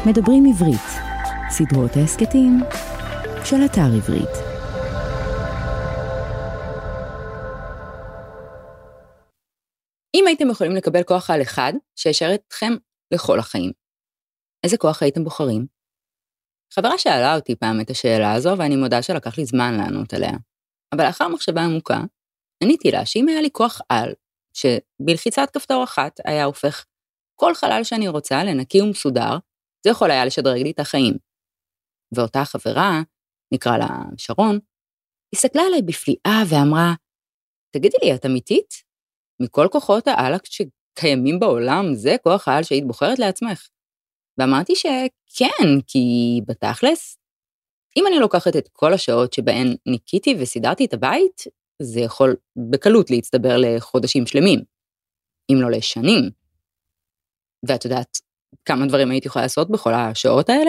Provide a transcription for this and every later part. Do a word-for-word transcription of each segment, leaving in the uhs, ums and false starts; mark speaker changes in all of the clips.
Speaker 1: מדברים עברית, סדרות ההסקטים של אתר עברית. אם הייתם יכולים לקבל כוח על אחד שישאר אתכם לכל החיים, איזה כוח הייתם בוחרים? חברה שאלה אותי פעם את השאלה הזו, ואני מודה שלקח לי זמן לענות עליה. אבל לאחר מחשבה עמוקה, עניתי לה שאם היה לי כוח על, שבלחיצת כפתור אחת היה הופך כל חלל שאני רוצה לנקי ומסודר, זה יכול היה לשדרג לי את החיים. ואותה חברה, נקרא לה שרון, הסתכלה עליי בפליאה ואמרה, תגידי לי, את אמיתית? מכל כוחות העל שקיימים בעולם, זה כוח העל שהיית בוחרת לעצמך. ואמרתי שכן, כי בתכלס, אם אני לוקחת את כל השעות שבהן ניקיתי וסידרתי את הבית, זה יכול בקלות להצטבר לחודשים שלמים, אם לא לשנים. ואת יודעת כמה דברים הייתי יכולה לעשות בכל השעות האלה?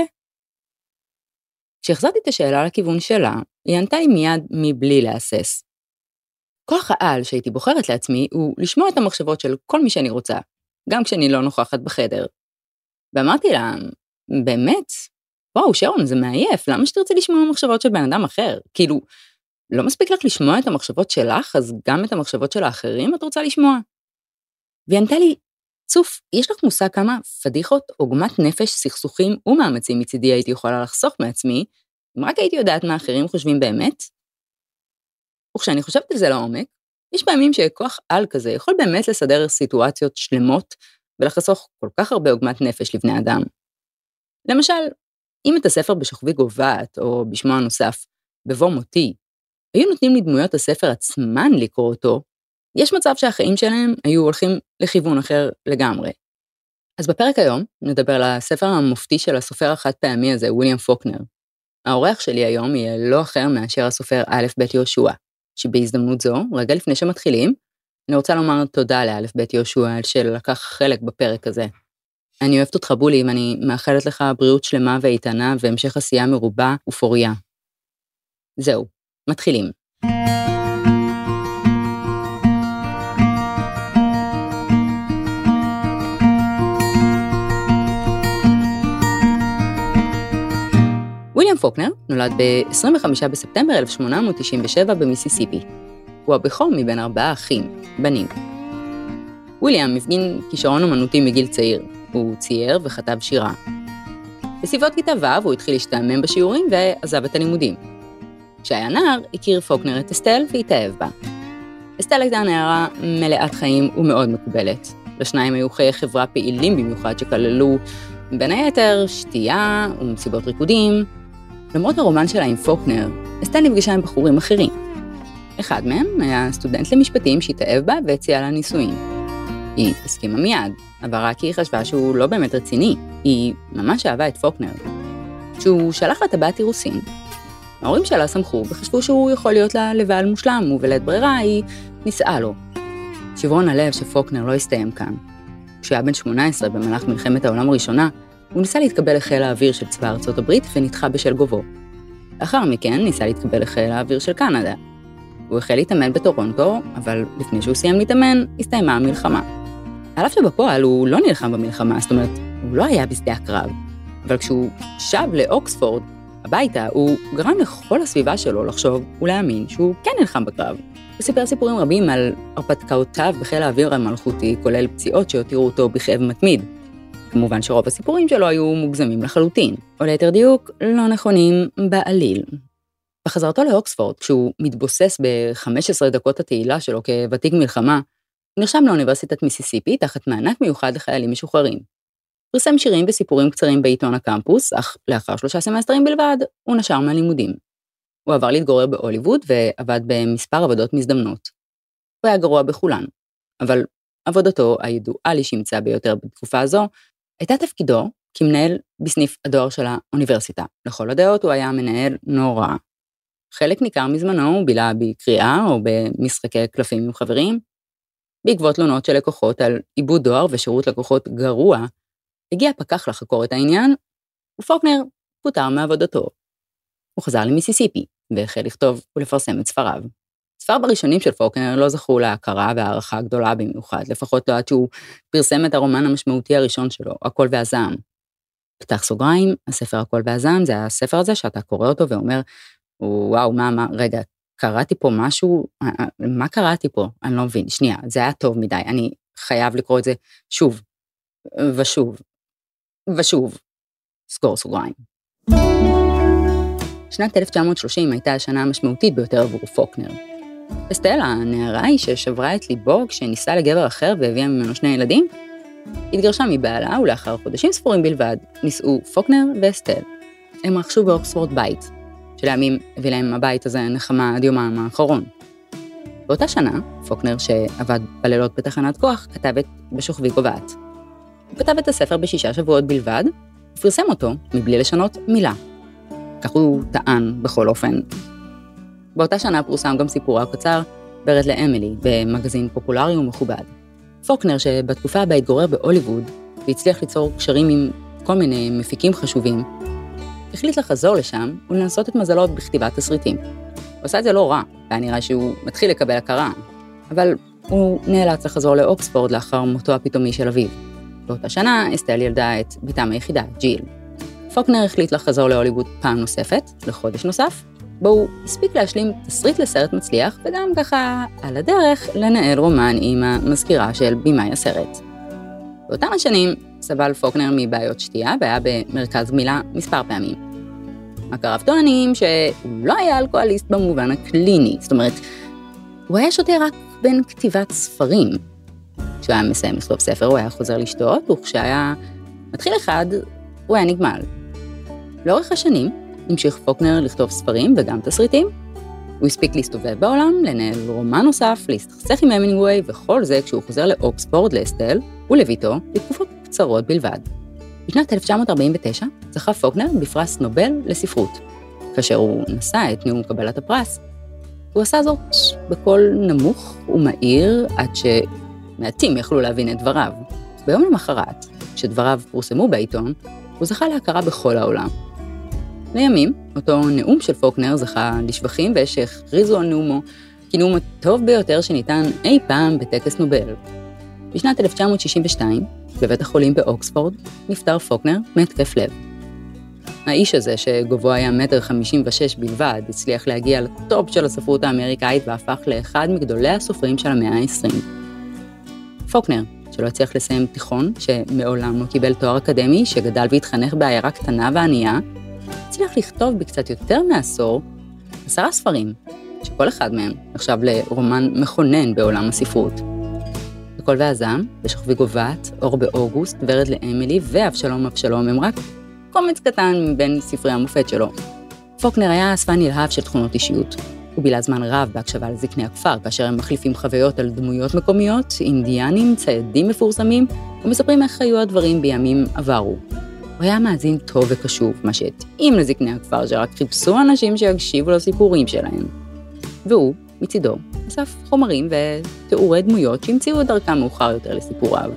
Speaker 1: כשהחזרתי את השאלה לכיוון שלה, היא ענתה לי מיד מבלי להסס. כוח העל שהייתי בוחרת לעצמי הוא לשמוע את המחשבות של כל מי שאני רוצה, גם כשאני לא נוכחת בחדר. ואמרתי לה, באמת? וואו, שרון, זה מעייף, למה שתרצי לשמוע המחשבות של בן אדם אחר? כאילו, לא מספיק לך לשמוע את המחשבות שלך, אז גם את המחשבות של האחרים את רוצה לשמוע? והיא ענתה לי, צוף, יש לך מושג כמה פדיחות, עוגמת נפש, סכסוכים ומאמצים מצידי הייתי יכולה לחסוך מעצמי, אם רק הייתי יודעת מה האחרים חושבים באמת? וכשאני חושבת על זה לעומק, יש פעמים שכוח על כזה יכול באמת לסדר סיטואציות שלמות, ולחסוך כל כך הרבה עוגמת נפש לבני אדם. למשל, אם את הספר בשוכבי גובעת, או בשמו הנוסף, בבוא מותי, היו נותנים לי דמויות הספר עצמן לקרוא אותו, יש מצב שהחיים שלהם היו הולכים לכיוון אחר לגמרי. אז בפרק היום נדבר על הספר המופתי של הסופר החד פעמי הזה, וויליאם פוקנר. האורח שלי היום יהיה לא אחר מאשר הסופר א' ב' יהושע, שבהזדמנות זו, רגע לפני שמתחילים, אני רוצה לומר תודה לא' ב' יהושע שלקח חלק בפרק הזה. אני אוהבת אותך בולי ואני מאחלת לך בריאות שלמה ואיתנה והמשך עשייה מרובה ופוריה. זהו, מתחילים. וויליאם פוקנר נולד ב-עשרים וחמישה בספטמבר אלף שמונה מאות תשעים ושבע במיסיסיפי. הוא הבכור מבין ארבעה אחים, בנים. וויליאם הפגין כישרון אומנותי מגיל צעיר. הוא צייר וכתב שירה. בסביבות כיתה ו' הוא התחיל להשתעמם בשיעורים ועזב את הלימודים. כשהיה נער, הכיר פוקנר את אסטל והתאהב בה. אסטל הייתה נערה מלאת חיים ומאוד מקובלת. לשניים היו חיי חברה פעילים במיוחד שכללו בין היתר שתייה ומסיבות ריקודים. למרות הרומן שלה עם פוקנר, אסטל נפגשה עם בחורים אחרים. אחד מהם היה סטודנט למשפטים שהתאהב בה והציע לה נישואים. היא הסכימה מיד, אבל רק היא חשבה שהוא לא באמת רציני. היא ממש אהבה את פוקנר. כשהוא שלח לה טבעת אירוסין, ההורים שלה שמחו וחשבו שהוא יכול להיות לה לבעל מושלם, ובלית ברירה היא נישאה לו. שברון הלב שפוקנר לא הסתיים כאן. כשהוא היה בן שמונה עשרה במהלך מלחמת העולם הראשונה, הוא ניסה להתקבל לחיל האוויר של צבא ארצות הברית ונדחה בשל גובו. לאחר מכן ניסה להתקבל לחיל האוויר של קנדה. הוא החל להתאמן בטורונטו, אבל לפני שהוא סיים להתאמן, הסתיימה המלחמה. על אף שבפועל הוא לא נלחם במלחמה, זאת אומרת, הוא לא היה בשדה הקרב. אבל כשהוא שב לאוקספורד, הביתה, הוא גרם לכל הסביבה שלו לחשוב ולהאמין שהוא כן נלחם בקרב. הוא סיפר סיפורים רבים על הרפתקאותיו בחיל האוויר המלכותי, כולל פציעות שהותירו אותו בכאב מתמיד. כמובן שרוב הסיפורים שלו היו מוגזמים לחלוטין, או ליתר דיוק, לא נכונים בעליל. בחזרתו לאוקספורד, כשהוא מתבוסס ב-חמש עשרה דקות התהילה שלו כוותיק מלחמה, הוא נרשם לאוניברסיטת מיסיסיפי תחת מענק מיוחד לחיילים משוחררים. פרסם שירים וסיפורים קצרים בעיתון הקמפוס, אך לאחר שלושה סמסטרים בלבד, הוא נשר מהלימודים. הוא עבר להתגורר בהוליווד ועבד במספר עבודות מזדמנות. הוא היה גרוע בכולן, אבל עבודתו הידועה לשמצה ביותר בתקופה הזו, הייתה תפקידו כמנהל בסניף הדואר של האוניברסיטה. לכל הדעות הוא היה מנהל נורא. חלק ניכר מזמנו הוא בילה בקריאה או במשחקי קלפים עם חברים. בעקבות תלונות של לקוחות על עיבוד דואר ושירות לקוחות גרוע, הגיע פקח לחקור את העניין, ופוקנר פוטר מעבודתו. הוא חזר למיסיסיפי, והחל לכתוב ולפרסם את ספריו. ספר בראשונים של פוקנר לא זכו להכרה והערכה גדולה במיוחד, לפחות לא עד שהוא פרסם את הרומן המשמעותי הראשון שלו, הקול והזעם. פתח סוגריים, הספר הכל והזעם, זה הספר הזה שאתה קורא אותו ואומר, וואו, מה, מה, רגע, קראתי פה משהו, מה קראתי פה? אני לא מבין, שנייה, זה היה טוב מדי, אני חייב לקרוא את זה שוב, ושוב, ושוב, סגור סוגריים. שנת אלף תשע מאות שלושים הייתה השנה המשמעותית ביותר עבור פוקנר. אסטל, הנערה היא ששברה את ליבו כשניסה לגבר אחר והביאה ממנו שני ילדים, התגרשה מבעלה ולאחר חודשים ספורים בלבד נישאו פוקנר ואסטל. הם רכשו באוקספורד בית, שלימים הביא להם הבית הזה נחמה עד יומם האחרון. באותה שנה, פוקנר שעבד בלילות בתחנת כוח כתב את בשוכבי גובעת. הוא כתב את הספר בשישה שבועות בלבד, ופרסם אותו מבלי לשנות מילה. כך הוא טען בכל אופן. באותה שנה פורסם גם סיפורה הקצר, ברד לאמילי, במגזין פופולרי ומכובד. פוקנר, שבתקופה בה התגורר בהוליווד, והצליח ליצור קשרים עם כל מיני מפיקים חשובים, החליט לחזור לשם ולנסות את מזלו בכתיבת תסריטים. הוא עשה את זה לא רע, והיה נראה שהוא מתחיל לקבל הכרה, אבל הוא נאלץ לחזור לאוקספורד לאחר מותו הפתאומי של אביו. באותה שנה אסטל ילדה את ביתם היחידה, ג'יל. פוקנר החליט לחזור להוליווד פעם נוספת, לחודש נוסף, בו הוא הספיק להשלים תסריט לסרט מצליח, וגם ככה על הדרך לנהל רומן עם המזכירה של בימאי הסרט. באותם השנים סבל פוקנר מבעיות שתייה, והיה במרכז גמילה מספר פעמים. מכריו טוענים שהוא לא היה אלכוהוליסט במובן הקליני, זאת אומרת, הוא היה שותה רק בין כתיבת ספרים. כשהוא היה מסיים לכתוב ספר, הוא היה חוזר לשתות, וכשהיה מתחיל אחד, הוא היה נגמל. לאורך השנים, המשיך פוקנר לכתוב ספרים וגם תסריטים. הוא הספיק להסתובב בעולם, לנהל רומן נוסף, להסתכסך עם המינגווי, וכל זה כשהוא חוזר לאוקספורד, לאסטל ולביתו, לתקופות קצרות בלבד. בשנת אלף תשע מאות ארבעים ותשע זכה פוקנר בפרס נובל לספרות. כאשר הוא נשא את נאום קבלת הפרס, הוא עשה זאת בקול נמוך ומהיר, עד שמעטים יכלו להבין את דבריו. ביום למחרת, כשדבריו פורסמו בעיתון, הוא זכה להכרה בכל העולם. לימים, אותו נאום של פוקנר זכה לשבחים, ושהכריזו על נאומו כנאום הטוב ביותר שניתן אי פעם בטקס נובל. בשנת אלף תשע מאות שישים ושתיים, בבית החולים באוקספורד, נפטר פוקנר מהתקף לב. האיש הזה, שגובהו היה מטר חמישים ושש בלבד, הצליח להגיע לטופ של הספרות האמריקאית והפך לאחד מגדולי הסופרים של המאה ה-עשרים. פוקנר, שלא הצליח לסיים תיכון, שמעולם לא קיבל תואר אקדמי, שגדל והתחנך בעיירה קטנה וענייה, הצליח לכתוב בקצת יותר מעשור עשרה ספרים, שכל אחד מהם נחשב לרומן מכונן בעולם הספרות. הכל והזעם, בשוכבי גובעת, אור באוגוסט, ורד לאמילי ואבשלום אבשלום הם רק קומץ קטן מבין ספרי המופת שלו. פוקנר היה אספן נלהב של תכונות אישיות. הוא בילה זמן רב בהקשבה לזקני הכפר, כאשר הם מחליפים חוויות על דמויות מקומיות, אינדיאנים, ציידים מפורסמים, ומספרים איך היו הדברים בימים עברו. הוא היה מאזין טוב וקשוב, מה שהתאים לזקני הכפר, שרק חיפשו אנשים שיקשיבו לסיפורים שלהם. והוא, מצידו, אסף חומרים ותיאורי דמויות שהמציאו את דרכם מאוחר יותר לסיפוריו.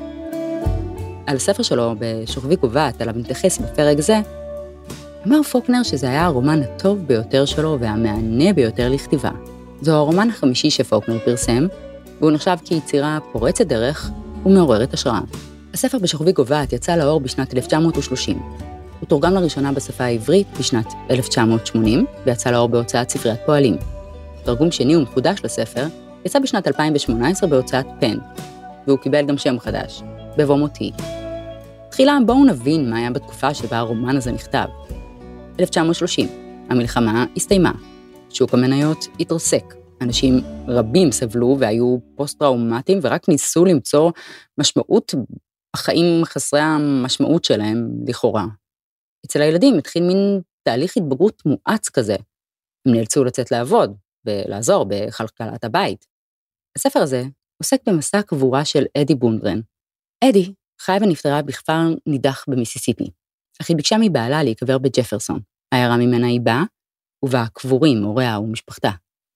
Speaker 1: על הספר שלו, בשוכבי גובעת, עליו נתייחס בפרק זה, אמר פוקנר שזה היה הרומן הטוב ביותר שלו והמענה ביותר לכתיבה. זו הרומן החמישי שפוקנר פרסם, והוא נחשב כיצירה פורצת דרך ומעוררת השראה. הספר בשוכבי גובעת יצא לאור בשנת אלף תשע מאות ושלושים. הוא תורגם לראשונה בשפה העברית בשנת אלף תשע מאות שמונים, ויצא לאור בהוצאת ספריית פועלים. תרגום שני ומחודש לספר יצא בשנת אלפיים ושמונה עשרה בהוצאת פן, והוא קיבל גם שם חדש, בבוא מותי. תחילה בואו נבין מה היה בתקופה שבה הרומן הזה נכתב. אלף תשע מאות שלושים, המלחמה הסתיימה. שוק המניות התרסק. אנשים רבים סבלו והיו פוסט-טראומטיים ורק ניסו למצוא משמעות בחיים חסרי המשמעות שלהם לכאורה. אצל הילדים התחיל מין תהליך התבגרות מואץ כזה. הם נאלצו לצאת לעבוד ולעזור בכלכלת הבית. הספר הזה עוסק במסע הקבורה של אדי בונדרן. אדי חיה ונפטרה בכפר נידח במיסיסיפי, אך היא ביקשה מבעלה להיקבר בג'פרסון, העיירה ממנה היא באה, ובה קבורים הוריה ומשפחתה.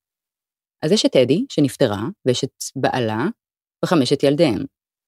Speaker 1: אז יש את אדי שנפטרה, ויש את בעלה וחמשת ילדיהם.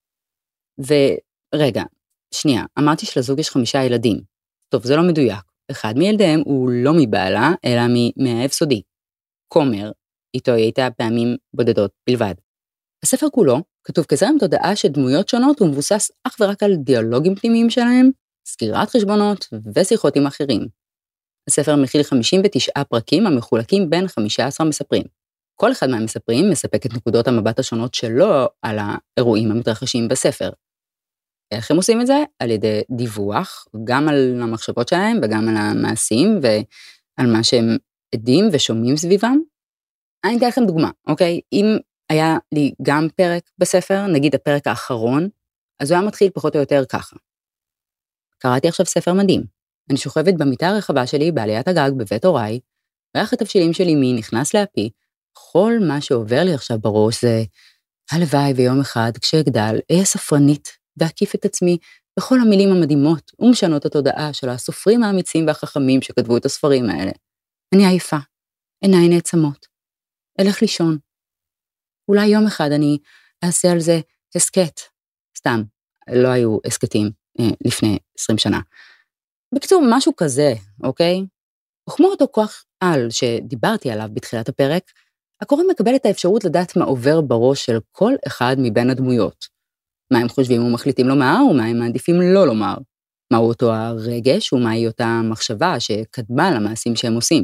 Speaker 1: ורגע, שנייה, אמרתי שלזוג יש חמישה ילדים. טוב, זה לא מדויק. אחד מילדיהם הוא לא מבעלה, אלא ממאהב סודי. כומר, איתו היא הייתה פעמים בודדות בלבד. הספר כולו כתוב כזרם תודעה שדמויות שונות הוא מבוסס אך ורק על דיאלוגים פנימיים שלהם, סגירת חשבונות ושיחות עם אחרים. הספר מכיל חמישים ותשעה פרקים המחולקים בין חמישה עשר מספרים. כל אחד מהמספרים מספק את נקודות המבט השונות שלו על האירועים המתרחשים בספר. איך הם עושים את זה? על ידי דיווח, גם על המחשבות שלהם וגם על המעשים ועל מה שהם עדים ושומעים סביבם. אני אתן לכם דוגמה, אוקיי? אם היה לי גם פרק בספר, נגיד הפרק האחרון, אז הוא היה מתחיל פחות או יותר ככה. קראתי עכשיו ספר מדהים. אני שוכבת במיטה הרחבה שלי בעליית הגג בבית הוריי, ריח התבשילים של אמי נכנס לאפי, כל מה שעובר לי עכשיו בראש זה, הלוואי ויום אחד כשאגדל, אהיה ספרנית ואקיף את עצמי בכל המילים המדהימות ומשנות התודעה של הסופרים האמיצים והחכמים שכתבו את הספרים האלה. אני עייפה, עיניי נעצמות, אלך לישון. אולי יום אחד אני אעשה על זה הסקט, סתם, לא היו הסקטים אה, לפני עשרים שנה. בקיצור, משהו כזה, אוקיי? וכמו אותו כוח על שדיברתי עליו בתחילת הפרק, הקורא מקבל את האפשרות לדעת מה עובר בראש של כל אחד מבין הדמויות. מה הם חושבים ומחליטים לומר, ומה הם מעדיפים לא לומר. מהו אותו הרגש, ומהי אותה מחשבה שקדמה למעשים שהם עושים.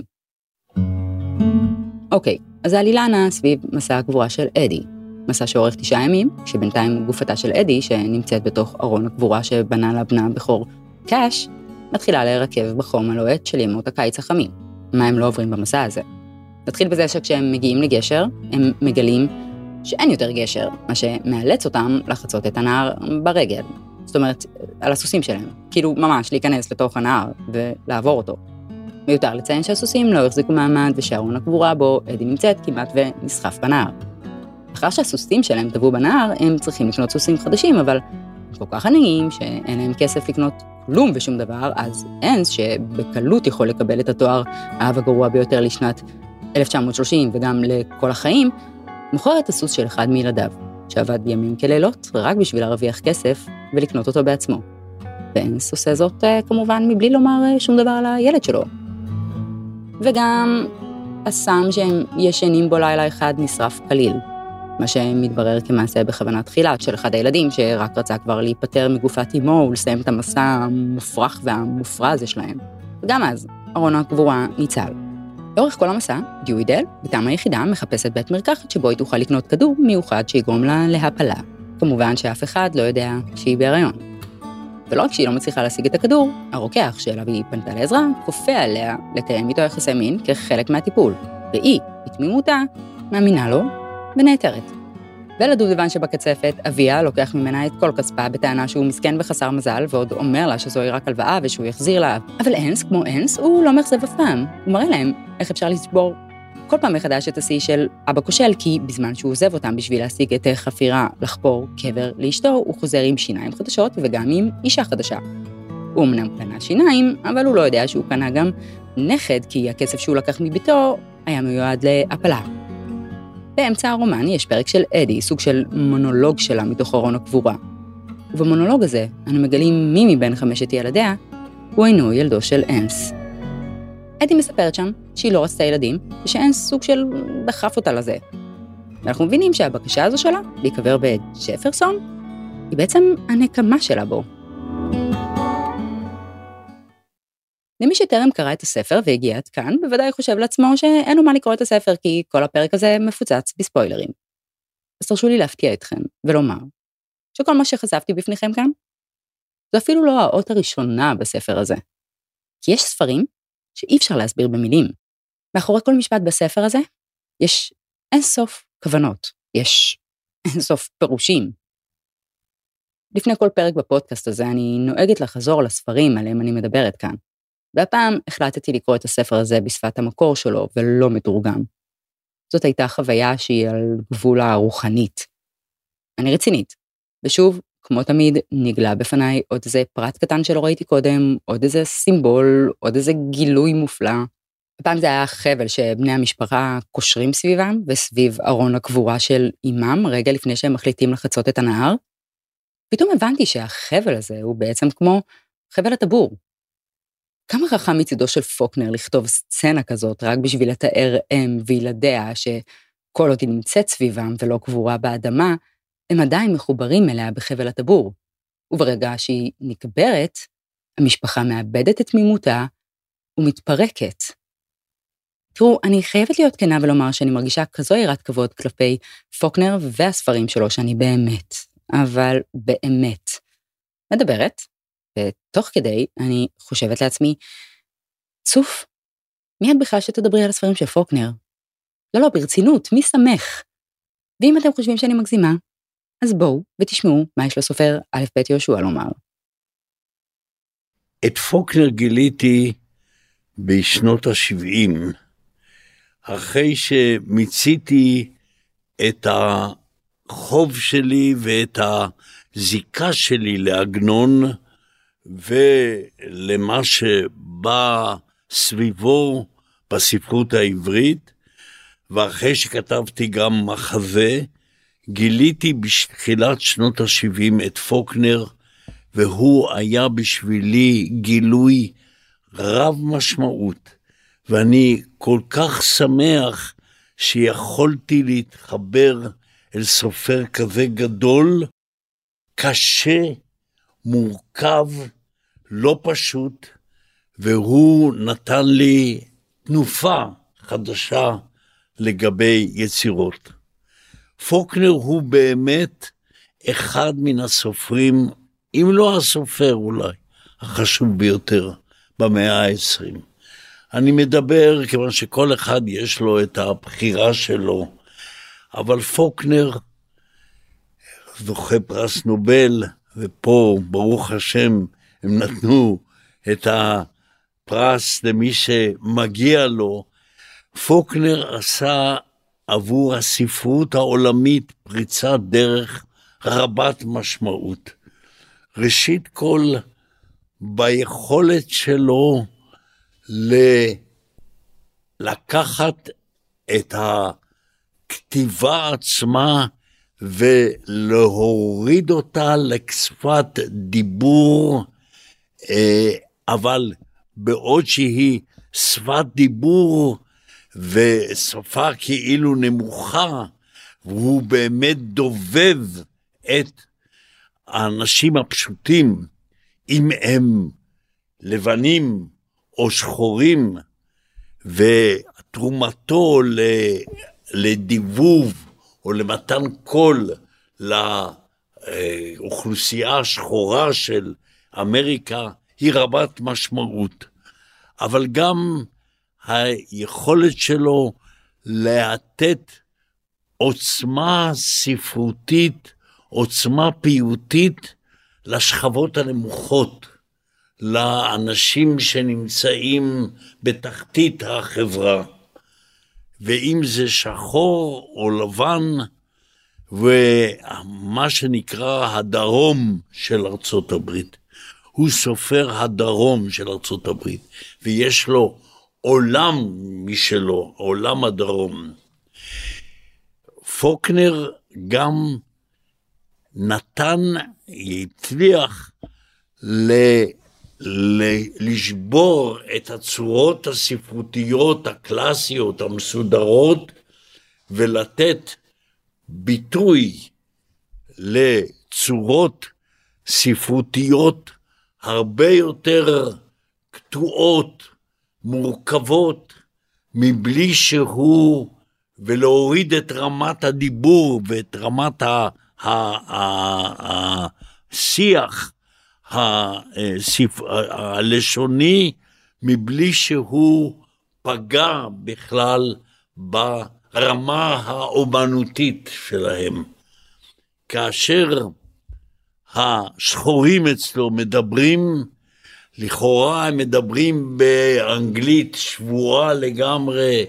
Speaker 1: אוקיי, אז העלילה נעה סביב מסע הקבורה של אדי. מסע שאורך תשעה ימים, שבינתיים גופתה של אדי, שנמצאת בתוך ארון הקבורה שבנה לה בנה בכור קאש, מתחילה להירקב בחום הלוהט של ימות הקיץ החמים. מה הם לא עוברים במסע הזה? נתחיל בזה שכשהם מגיעים לגשר, הם מגלים שאין יותר גשר, מה שמאלץ אותם לחצות את הנהר ברגל. זאת אומרת, על הסוסים שלהם. כאילו ממש להיכנס לתוך הנהר ולעבור אותו. מיותר לציין שהסוסים לא החזיקו מעמד ושארון הקבורה בו אדי נמצאת כמעט ונסחף בנהר. אחר שהסוסים שלהם טבעו בנהר, הם צריכים לקנות סוסים חדשים, אבל הם כל כך עניים שאין להם כסף לקנות כלום ושום דבר, אז אנס, שבקלות יכול לקבל את התואר האב הגרוע ביותר לשנת אלף תשע מאות שלושים וגם לכל החיים, מוכר את הסוס של אחד מילדיו, שעבד ימים כלילות רק בשביל להרוויח כסף ולקנות אותו בעצמו. ואנס עושה זאת כמובן מבלי לומר שום דבר על הילד שלו. וגם הסם שהם ישנים בו לילה אחד נשרף כליל, מה שמתברר כמעשה בכוונת תחילה של אחד הילדים שרק רצה כבר להיפטר מגופת אמו ולסיים את המסע המופרך והמופרע הזה שלהם. וגם אז, ארון הקבורה ניצל. לאורך כל המסע, דיואי דל, בתם היחידה, מחפשת בית מרקחת שבו היא תוכל לקנות כדור מיוחד שיגרום לה להפלה. כמובן שאף אחד לא יודע שהיא בהיריון. ולא רק שהיא לא מצליחה להשיג את הכדור, הרוקח שאליו היא פנתה לעזרה, כופה עליה לקיים איתו יחסי מין כחלק מהטיפול. והיא, בתמימותה, מאמינה לו ונעתרת. ולדובדבן שבקצפת, אביה לוקח ממנה את כל כספה בטענה שהוא מסכן וחסר מזל, ועוד אומר לה שזוהי רק הלוואה ושהוא יחזיר לה. אבל אנס, כמו אנס, הוא לא מחזב אף פעם. הוא מראה להם איך אפשר לשבור כל פעם מחדש את השיא של אבא כושל, כי בזמן שהוא עוזב אותם בשביל להשיג את חפירה לחפור קבר לאשתו, הוא חוזר עם שיניים חדשות וגם עם אישה חדשה. הוא אמנם קנה שיניים, אבל הוא לא יודע שהוא קנה גם נכד, כי הכסף שהוא לקח מביתו היה מיועד להפלה. באמצע הרומן יש פרק של אדי, סוג של מונולוג שלה מתוך ארון הקבורה. ובמונולוג הזה אנו מגלים מי מבין חמשת ילדיה הוא אינו ילדו של אנס. אדי מספרת שם שהיא לא רצתה ילדים, ושאנס סוג של דחף אותה לזה. ואנחנו מבינים שהבקשה הזו שלה, להיקבר בג'פרסון, היא בעצם הנקמה שלה בו. למי שטרם קרא את הספר והגיע עד כאן, בוודאי חושב לעצמו שאין לו מה לקרוא את הספר, כי כל הפרק הזה מפוצץ בספוילרים. אז תרשו לי להפתיע אתכם ולומר שכל מה שחשפתי בפניכם כאן, זו אפילו לא האות הראשונה בספר הזה. כי יש ספרים שאי אפשר להסביר במילים. מאחורי כל משפט בספר הזה, יש אינסוף כוונות, יש אינסוף פירושים. לפני כל פרק בפודקאסט הזה, אני נוהגת לחזור לספרים עליהם אני מדברת כאן. והפעם החלטתי לקרוא את הספר הזה בשפת המקור שלו, ולא מתורגם. זאת הייתה חוויה שהיא על גבול הרוחנית. אני רצינית. ושוב, כמו תמיד, נגלה בפניי עוד איזה פרט קטן שלא ראיתי קודם, עוד איזה סימבול, עוד איזה גילוי מופלא. הפעם זה היה חבל שבני המשפחה קושרים סביבם, וסביב ארון הקבורה של אמם, רגע לפני שהם מחליטים לחצות את הנהר. פתאום הבנתי שהחבל הזה הוא בעצם כמו חבל הטבור. כמה חכם מצידו של פוקנר לכתוב סצנה כזאת רק בשביל לתאר אם וילדיה שכל עוד היא נמצאת סביבם ולא קבורה באדמה, הם עדיין מחוברים אליה בחבל הטבור. וברגע שהיא נקברת, המשפחה מאבדת את תמימותה ומתפרקת. תראו, אני חייבת להיות כנה ולומר שאני מרגישה כזו יראת כבוד כלפי פוקנר והספרים שלו שאני באמת, אבל באמת, מדברת, ותוך כדי אני חושבת לעצמי, צוף, מי את בכלל שתדברי על הספרים של פוקנר? לא, לא, ברצינות, מי שמח? ואם אתם חושבים שאני מגזימה, אז בואו ותשמעו מה יש לסופר א' ב' יהושע לומר.
Speaker 2: את פוקנר גיליתי בשנות ה-שבעים, אחרי שמיציתי את החוב שלי ואת הזיקה שלי לעגנון, ולמה שבא סביבו בספרות העברית, ואחרי שכתבתי גם מחזה, גיליתי בתחילת שנות ה-שבעים את פוקנר, והוא היה בשבילי גילוי רב משמעות, ואני כל כך שמח שיכולתי להתחבר אל סופר כזה גדול, קשה, מורכב, לא פשוט, והוא נתן לי תנופה חדשה לגבי יצירות. פוקנר הוא באמת אחד מן הסופרים, אם לא הסופר אולי, החשוב ביותר במאה ה-עשרים. אני מדבר כיוון שכל אחד יש לו את הבחירה שלו, אבל פוקנר זוכה פרס נובל, ופה ברוך השם הם נתנו את הפרס למי שמגיע לו. פוקנר עשה עבור הספרות העולמית פריצת דרך רבת משמעות. ראשית כל, ביכולת שלו לקחת את הכתיבה עצמה ולהוריד אותה לשפת דיבור, אבל בעוד שהיא שפת דיבור ושפה כאילו נמוכה, והוא באמת דובב את האנשים הפשוטים, אם הם לבנים או שחורים, ותרומתו לדיבוב או למתן קול לאוכלוסייה השחורה של אמריקה היא רבת משמעות. אבל גם היכולת שלו לתת עוצמה ספרותית, עוצמה פיוטית לשכבות הנמוכות, לאנשים שנמצאים בתחתית החברה, ואם זה שחור או לבן, ומה שנקרא הדרום של ארצות הברית. הוא סופר הדרום של ארצות הברית, ויש לו עולם משלו, עולם הדרום. פוקנר גם נתן, הצליח ל... לשבור את הצורות הספרותיות הקלאסיות המסודרות, ולתת ביטוי לצורות ספרותיות הרבה יותר קטועות, מורכבות, מבלי שהוא, ולהוריד את רמת הדיבור ואת רמת ה, ה, ה, השיח הלשוני, מבלי שהוא פגע בכלל ברמה האומנותית שלהם. כאשר השחורים אצלו מדברים, לכאורה הם מדברים באנגלית שבורה לגמרי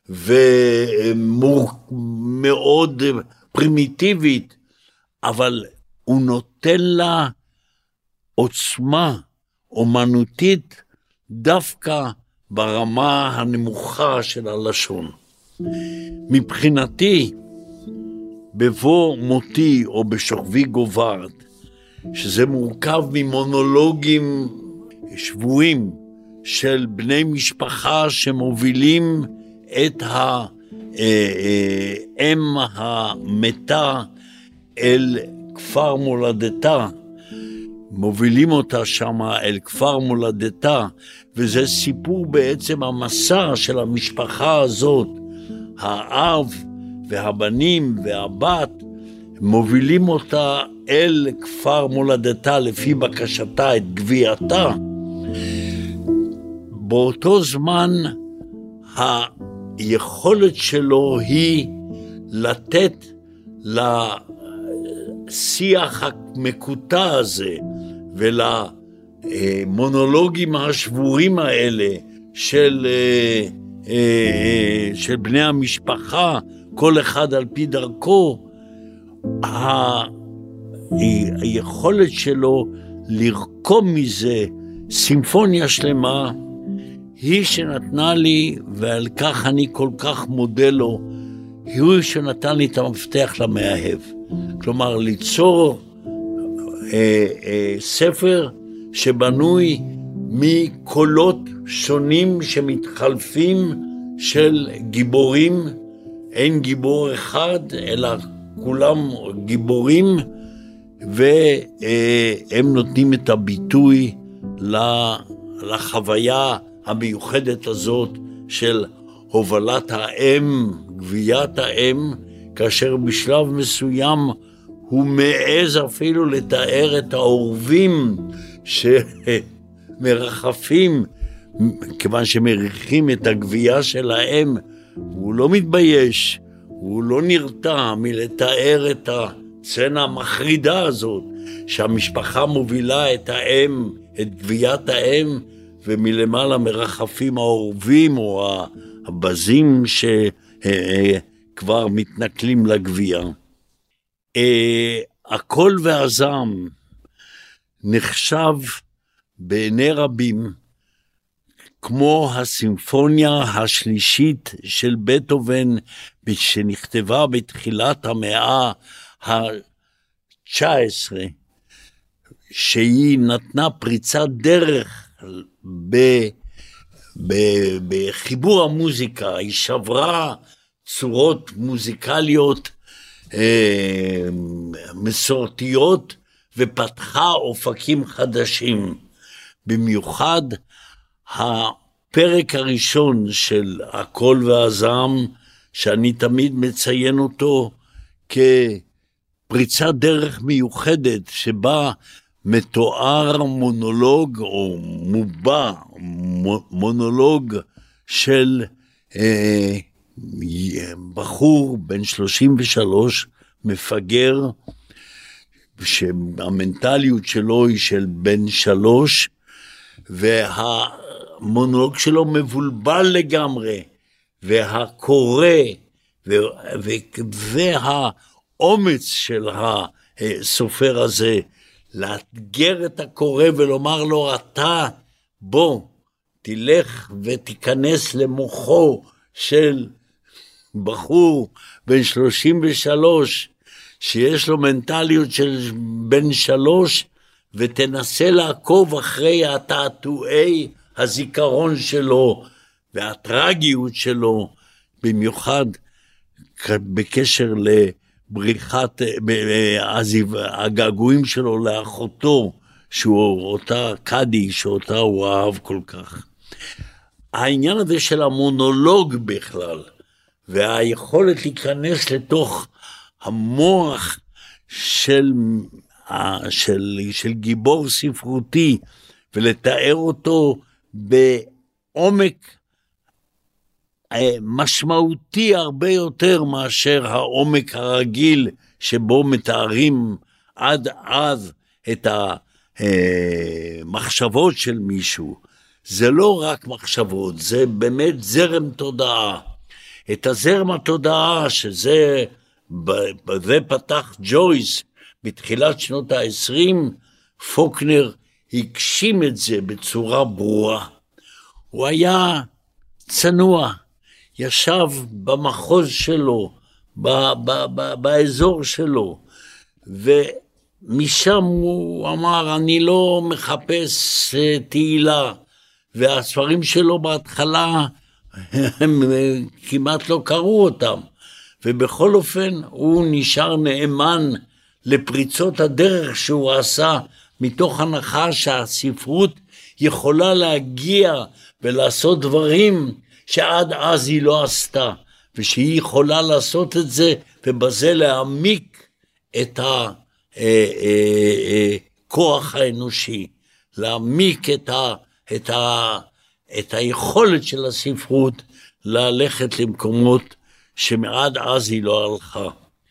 Speaker 2: ומאוד פרימיטיבית, אבל הוא נותן לה עוצמה אומנותית דווקא ברמה הנמוכה של הלשון. מבחינתי, בבוא מותי או בשוכבי גוברת, שזה מורכב ממונולוגים שבועים של בני משפחה שמובילים את האם המתה אל כפר מולדתה, מובילים אותה שם אל כפר מולדתה, וזה סיפור בעצם המסע של המשפחה הזאת, האב והבנים והבת, מובילים אותה אל כפר מולדתה לפי בקשתה את גבייתה. באותו זמן היכולת שלו היא לתת לשיח המקוטע הזה ולמונולוגים השבורים האלה של, של בני המשפחה, כל אחד על פי דרכו, היכולת שלו לרקום מזה סימפוניה שלמה היא שנתנה לי, ועל כך אני כל כך מודה לו, היא שנתן לי את המפתח למאהב. כלומר, ליצור אה, אה, ספר שבנוי מקולות שונים שמתחלפים של גיבורים, אין גיבור אחד, אלא כולם גיבורים, והם נותנים את הביטוי לחוויה המיוחדת הזאת של הובלת האם, גביית האם, כאשר בשלב מסוים הוא מעז אפילו לתאר את העורבים שמרחפים, כיוון שמריחים את הגבייה של האם, הוא לא מתבייש, הוא לא נרתע מלתאר את הסצנה המחרידה הזאת, שהמשפחה מובילה את האם, את גביית האם, ומלמעלה מרחפים העורבים או הבזים שכבר מתנכלים לגבייה. הקול והזעם נחשב בעיני רבים כמו הסימפוניה השלישית של בטהובן, שנכתבה בתחילת המאה ה-תשע עשרה, שהיא נתנה פריצת דרך ב, ב, בחיבור המוזיקה, היא שברה צורות מוזיקליות אה, מסורתיות ופתחה אופקים חדשים. במיוחד הפרק הראשון של הקול והזעם, שאני תמיד מציין אותו כפריצת דרך מיוחדת, שבה מתואר מונולוג או מובע מונולוג של אה, בחור בן שלושים ושלוש, מפגר, שהמנטליות שלו היא של בן שלוש, והמונולוג שלו מבולבל לגמרי, והקורא והאומץ של הסופר הזה לאתגר את הקורא ולומר לו, אתה בוא תלך ותיכנס למוחו של בחור בן שלושים ושלוש שיש לו מנטליות של בן שלוש, ותנסה לעקוב אחרי התעתועי הזיכרון שלו והטרגיות שלו, במיוחד בקשר לבריחת הגעגועים שלו לאחותו, שהוא אותה קדי, שאותה הוא אהב כל כך. העניין הזה של המונולוג בכלל, והיכולת להיכנס לתוך המוח של, של, של גיבור ספרותי, ולתאר אותו בעומק משמעותי הרבה יותר מאשר העומק הרגיל שבו מתארים עד אז את המחשבות של מישהו. זה לא רק מחשבות, זה באמת זרם תודעה. את הזרם התודעה, שזה בזה פתח ג'ויס בתחילת שנות ה-עשרים, פוקנר הגשים את זה בצורה ברורה. הוא היה צנוע, ישב במחוז שלו, ב- ב- ב- באזור שלו, ומשם הוא אמר, אני לא מחפש תהילה, והספרים שלו בהתחלה, הם כמעט לא קראו אותם, ובכל אופן הוא נשאר נאמן לפריצות הדרך שהוא עשה מתוך הנחה שהספרות יכולה להגיע ולעשות דברים שעד אז היא לא עשתה, ושהיא יכולה לעשות את זה, ובזה להעמיק את הכוח האנושי, להעמיק את, ה, את, ה, את היכולת של הספרות ללכת למקומות שמעד אז היא לא הלכה.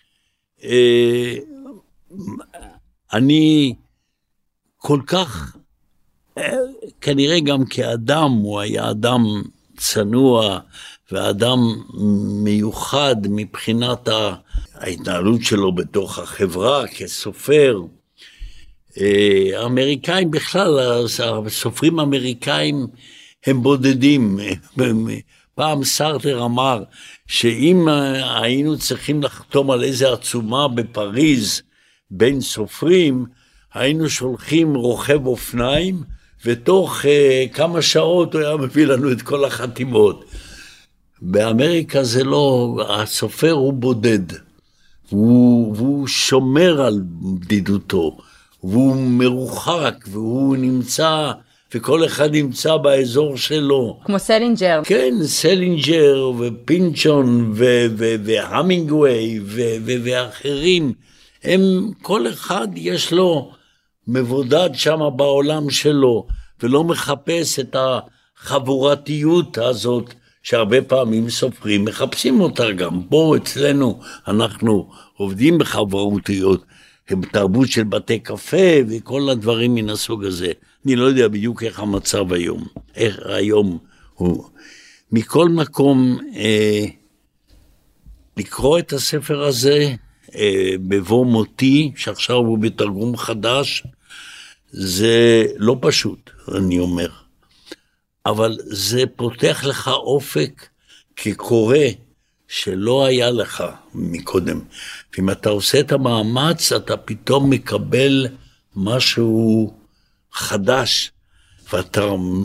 Speaker 2: אני כל כך, כנראה גם כאדם, הוא היה אדם צנוע, ואדם מיוחד מבחינת ההתנהלות שלו בתוך החברה, כסופר. האמריקאים בכלל, הסופרים האמריקאים הם בודדים. פעם סארטר אמר שאם היינו צריכים לחתום על איזה עצומה בפריז בין סופרים, היינו שולחים רוכב אופניים, ותוך uh, כמה שעות הוא היה מביא לנו את כל החתימות. באמריקה זה לא, הסופר הוא בודד, והוא, והוא שומר על בדידותו, והוא מרוחק, והוא נמצא, וכל אחד נמצא באזור שלו.
Speaker 1: כמו סלינג'ר.
Speaker 2: כן, סלינג'ר ופינצ'ון והמינגווי ואחרים, הם, כל אחד יש לו מבודד שם בעולם שלו, ולא מחפש את החבורתיות הזאת, שהרבה פעמים סופרים מחפשים אותה גם. פה אצלנו אנחנו עובדים בחבורתיות, הם תרבות של בתי קפה וכל הדברים מן הסוג הזה. אני לא יודע בדיוק איך המצב היום, איך היום הוא. מכל מקום, אה, לקרוא את הספר הזה, אה, בבוא מותי, שעכשיו הוא בתרגום חדש, זה לא פשוט, אני אומר. אבל זה פותח לך אופק כקורא שלא היה לך מקודם. ואם אתה עושה את המאמץ, אתה פתאום מקבל משהו חדש, ואתה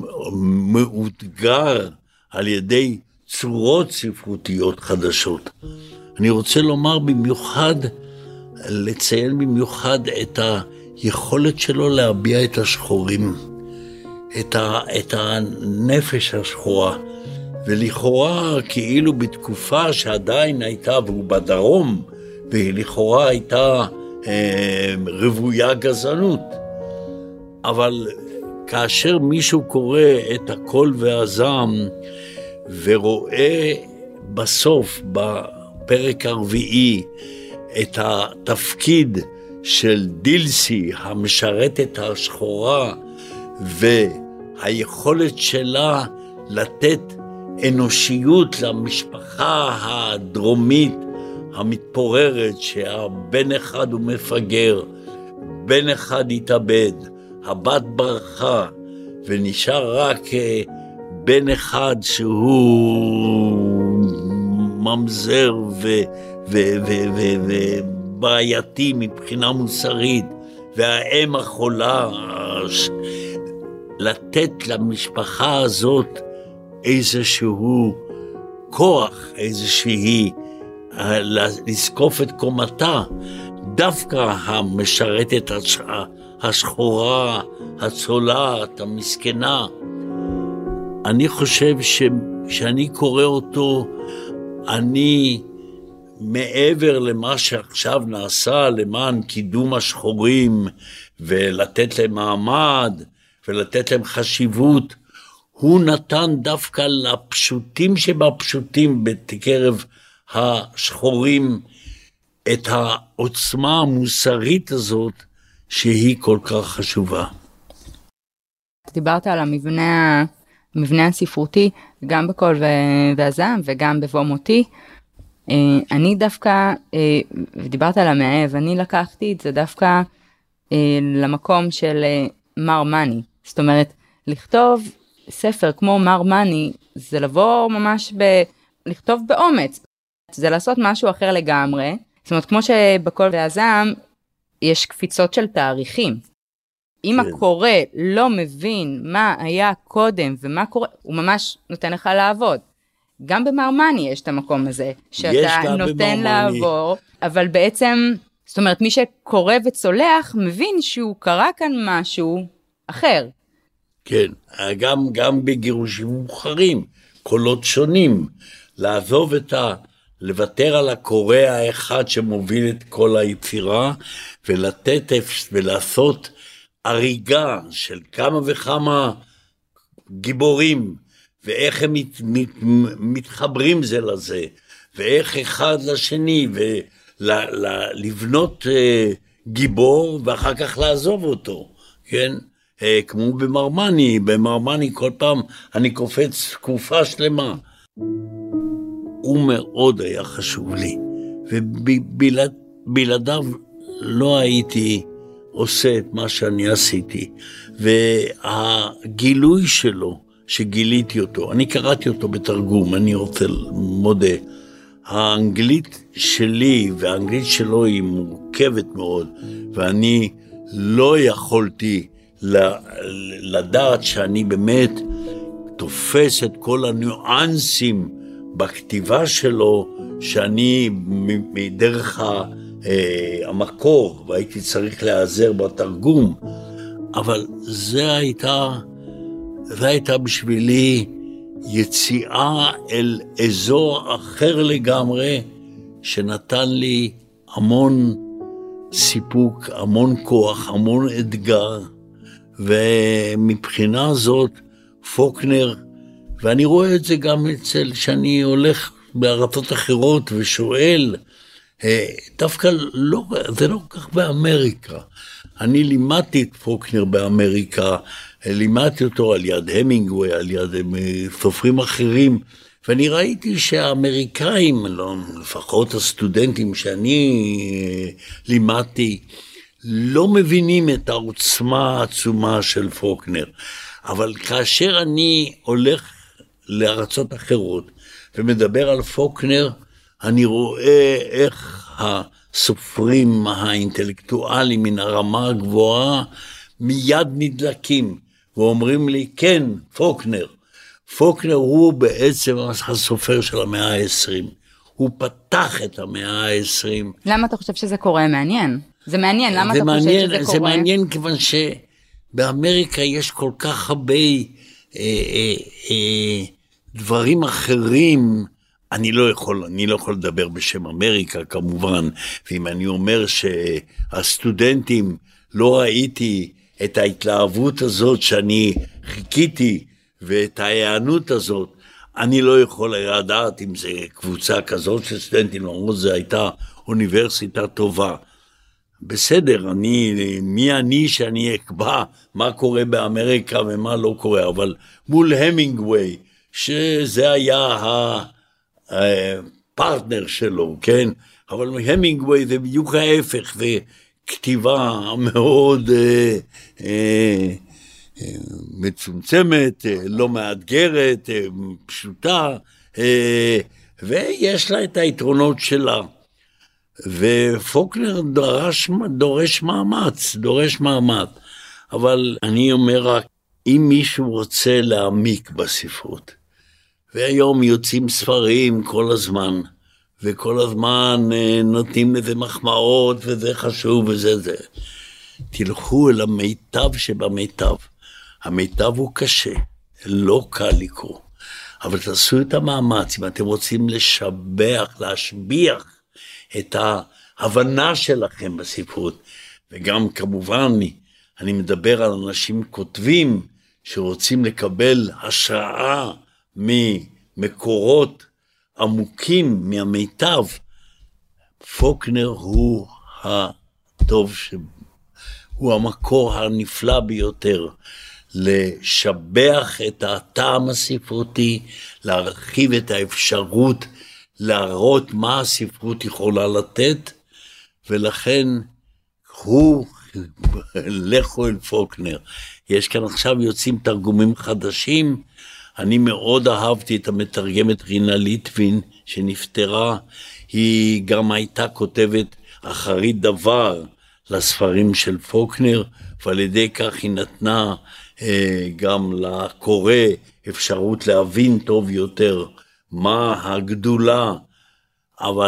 Speaker 2: מאותגר על ידי צורות ספרותיות חדשות. אני רוצה לומר במיוחד, לציין במיוחד את היכולת שלו להביע את השחורים, את, ה, את הנפש השחורה, ולכאורה כאילו בתקופה שעדיין הייתה, והוא בדרום, ולכאורה הייתה אה, רבויה גזענות. אבל כאשר מישהו קורא את הקול והזעם, ורואה בסוף, בפרק הרביעי, את התפקיד של דילסי, המשרתת השחורה, והיכולת שלה לתת אנושיות למשפחה הדרומית המתפוררת, שהבן אחד הוא מפגר, בן אחד התאבד, הבת ברחה, ונשאר רק בן אחד שהוא ממזר ובעייתי מבחינה מוסרית, והאם החולה, לתת למשפחה הזאת איזשהו כוח, איזושהי, לזקוף את קומתה, דווקא המשרתת השחורה, הצולעת, המסכנה. אני חושב ש, שאני קורא אותו, אני מעבר למה שעכשיו נעשה למען קידום השחורים, ולתת להם מעמד, ולתת להם חשיבות, הוא נתן דווקא לפשוטים שבפשוטים בקרב השחורים, את העוצמה המוסרית הזאת, שהיא כל כך חשובה.
Speaker 1: דיברת על המבנה, המבנה הספרותי, גם בקול והזעם, וגם בבוא מותי. אני דווקא, ודיברת על המאהב, אני לקחתי את זה דווקא למקום של מר מני. זאת אומרת, לכתוב ספר כמו מר מני, זה לבוא ממש ב... לכתוב באומץ. זה לעשות משהו אחר לגמרי. זאת אומרת, כמו שבקול והזעם, יש קפיצות של תאריכים. אם כן. הקורא לא מבין מה היה קודם ומה קורה, הוא ממש נותן לך לעבוד. גם במר מני יש את המקום הזה, שאתה נותן לעבור, אבל בעצם זאת אומרת, מי שקורא וצולח מבין שהוא קרא כאן משהו אחר.
Speaker 2: כן, גם, גם בגירושים מאוחרים, קולות שונים, לעזוב את ה... לוותר על הקורא האחד שמוביל את כל היצירה, ולתת ולעשות הריגה של כמה וכמה גיבורים, ואיך הם מת, מת, מתחברים זה לזה, ואיך אחד לשני, ולבנות גיבור, ואחר כך לעזוב אותו, כן? כמו במרמני, במרמני כל פעם אני קופץ תקופה שלמה. הוא מאוד היה חשוב לי, ובלעדיו לא הייתי עושה את מה שאני עשיתי, והגילוי שלו, שגיליתי אותו, אני קראתי אותו בתרגום, אני רוצה מודה, האנגלית שלי והאנגלית שלו היא מורכבת מאוד, ואני לא יכולתי לדעת שאני באמת תופס את כל הניואנסים בכתיבה שלו, שאני מדרך המקור, והייתי צריך להיעזר בתרגום, אבל זה הייתה, זה הייתה בשבילי יציאה אל אזור אחר לגמרי, שנתן לי המון סיפוק, המון כוח, המון אתגר, ומבחינה זאת פוקנר, ואני רואה את זה גם אצל שאני הולך בארצות אחרות ושואל, דווקא לא, זה לא כך באמריקה. אני לימדתי את פוקנר באמריקה, לימדתי אותו על יד המינגווי, על יד סופרים אחרים, ואני ראיתי שהאמריקאים, לא, לפחות הסטודנטים שאני לימדתי, לא מבינים את העוצמה העצומה של פוקנר. אבל כאשר אני הולך לארצות אחרות ומדבר על פוקנר, אני רואה איך הסופרים האינטלקטואלים מן הרמה הגבוהה מיד נדלקים ואומרים לי, כן, פוקנר. פוקנר הוא בעצם הסופר של המאה העשרים. הוא פתח את המאה העשרים.
Speaker 1: למה אתה חושב שזה קורה? מעניין. זה מעניין, למה
Speaker 2: זה
Speaker 1: אתה
Speaker 2: מעניין,
Speaker 1: חושב שזה
Speaker 2: זה
Speaker 1: קורה?
Speaker 2: זה מעניין כיוון שבאמריקה יש כל כך הרבה אה, אה, אה, דברים אחרים. אני לא יכול, אני לא יכול לדבר בשם אמריקה כמובן, ואם אני אומר שהסטודנטים לא ראיתי את ההתלהבות הזאת שאני חיכיתי, ואת ההיענות הזאת, אני לא יכול לדעת אם זה קבוצה כזאת של סטודנטים, למרות זה הייתה אוניברסיטה טובה. בסדר, אני, מי אני שאני אקבע מה קורה באמריקה ומה לא קורה, אבל מול המינגווי, שזה היה הפרטנר שלו, כן? אבל המינגווי זה בדיוק ההפך, זה כתיבה מאוד אה, אה, אה, מצומצמת, אה, לא מאתגרת, אה, פשוטה, אה, ויש לה את היתרונות שלה. ופוקנר דורש, דורש מאמץ, דורש מאמץ. אבל אני אומר רק, אם מישהו רוצה להעמיק בספרות, והיום יוצאים ספרים כל הזמן, וכל הזמן נותנים לזה מחמאות, וזה חשוב, וזה זה. תלכו אל המיטב שבמיטב. המיטב הוא קשה, לא קל לקרוא. אבל תעשו את המאמץ, אם אתם רוצים לשבח, להשביח, את ההבנה שלכם בספרות, וגם כמובן אני מדבר על אנשים כותבים שרוצים לקבל השראה ממקורות עמוקים מהמיטב. פוקנר הוא הטוב, הוא המקור הנפלא ביותר לשבח את הטעם הספרותי, להרחיב את האפשרות להראות מה הספרות יכולה לתת, ולכן הוא, לכו אל פוקנר. יש כאן עכשיו יוצאים תרגומים חדשים, אני מאוד אהבתי את המתרגמת רינה ליטווין שנפטרה, היא גם הייתה כותבת אחרית דבר לספרים של פוקנר, ועל ידי כך היא נתנה אה, גם לקורא אפשרות להבין טוב יותר מה הגדולה, אבל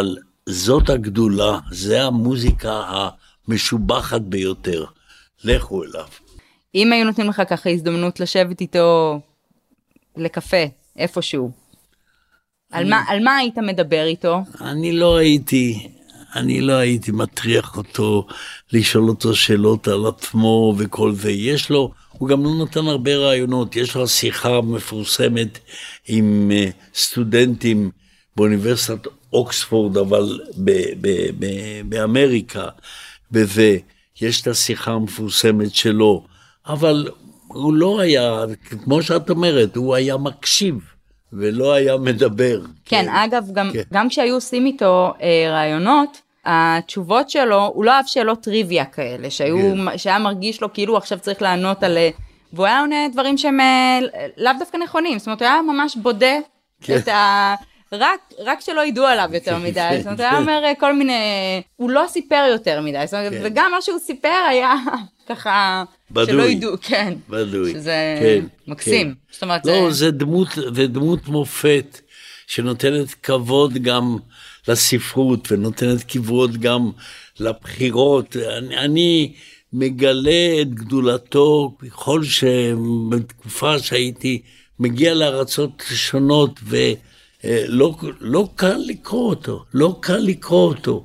Speaker 2: זאת הגדולה, זה המוזיקה המשובחת ביותר. לכו אליו.
Speaker 1: אם היו נותנים לך ככה הזדמנות לשבת איתו לקפה, איפשהו, אני... על, מה, על מה היית מדבר איתו?
Speaker 2: אני לא הייתי, אני לא הייתי מטריח אותו, לשאול אותו שאלות על עצמו וכל זה. יש לו, הוא גם לא נותן הרבה רעיונות, יש לו שיחה מפורסמת עם סטודנטים באוניברסיטת אוקספורד, אבל ב- ב- ב- באמריקה, וזה, יש את השיחה המפורסמת שלו, אבל הוא לא היה, כמו שאת אומרת, הוא היה מקשיב, ולא היה מדבר.
Speaker 1: כן, כן. אגב, גם, כן. גם כשהיו עושים איתו אה, רעיונות, התשובות שלו, הוא לא אהב שאלות טריוויה כאלה, שהיו, כן. שהיה מרגיש לו כאילו עכשיו צריך לענות על, והוא היה עונה דברים שהם לאו דווקא נכונים, זאת אומרת, הוא היה ממש בודה כן. את ה... רק, רק שלא ידעו עליו יותר מדי, זאת אומרת, הוא היה אומר כל מיני, הוא לא סיפר יותר מדי, זאת אומרת, וגם מה שהוא סיפר היה ככה, שלא ידעו, כן,
Speaker 2: בדוי,
Speaker 1: שזה
Speaker 2: כן,
Speaker 1: מקסים,
Speaker 2: כן.
Speaker 1: זאת אומרת,
Speaker 2: לא, זה דמות, זה דמות מופת, שנותנת כבוד גם לספרות, ונותנת כבוד גם לבחירות. אני, אני מגלה את גדולתו, בכל שבתקופה שהייתי מגיע לארצות שונות, ו... לא, לא קל לקרוא אותו, לא קל לקרוא אותו,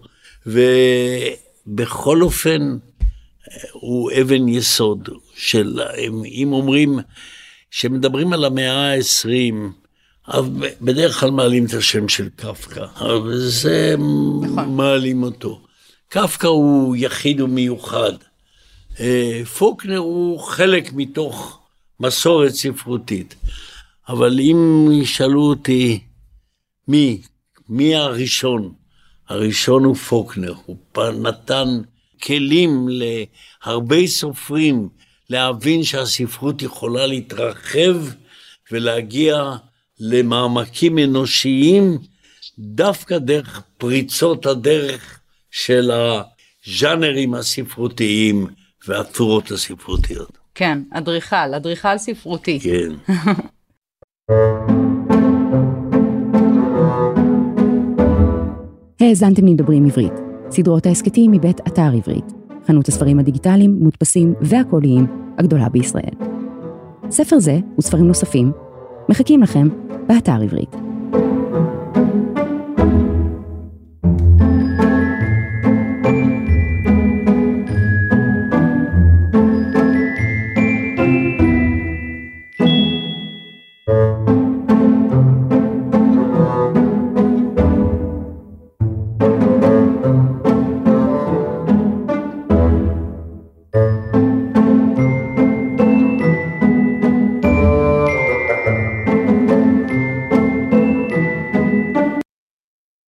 Speaker 2: ובכל אופן הוא אבן יסוד של, אם אומרים, שמדברים על המאה העשרים, אז בדרך כלל מעלים את השם של קפקא, אבל זה מעלים אותו. קפקא הוא יחיד ומיוחד, פוקנר הוא חלק מתוך מסורת ספרותית, אבל אם ישאלו אותי, מי? מי הראשון? הראשון הוא פוקנר, הוא נתן כלים להרבה סופרים להבין שהספרות יכולה להתרחב ולהגיע למעמקים אנושיים דווקא דרך פריצות הדרך של הז'אנרים הספרותיים והצורות הספרותיות.
Speaker 1: כן, אדריכל, אדריכל ספרותי.
Speaker 2: כן.
Speaker 3: האזנתם לדברים עברית, סדרות העסקתים מבית אתר עברית, חנות הספרים הדיגיטליים, מודפסים והקוליים הגדולה בישראל. ספר זה וספרים נוספים מחכים לכם באתר עברית.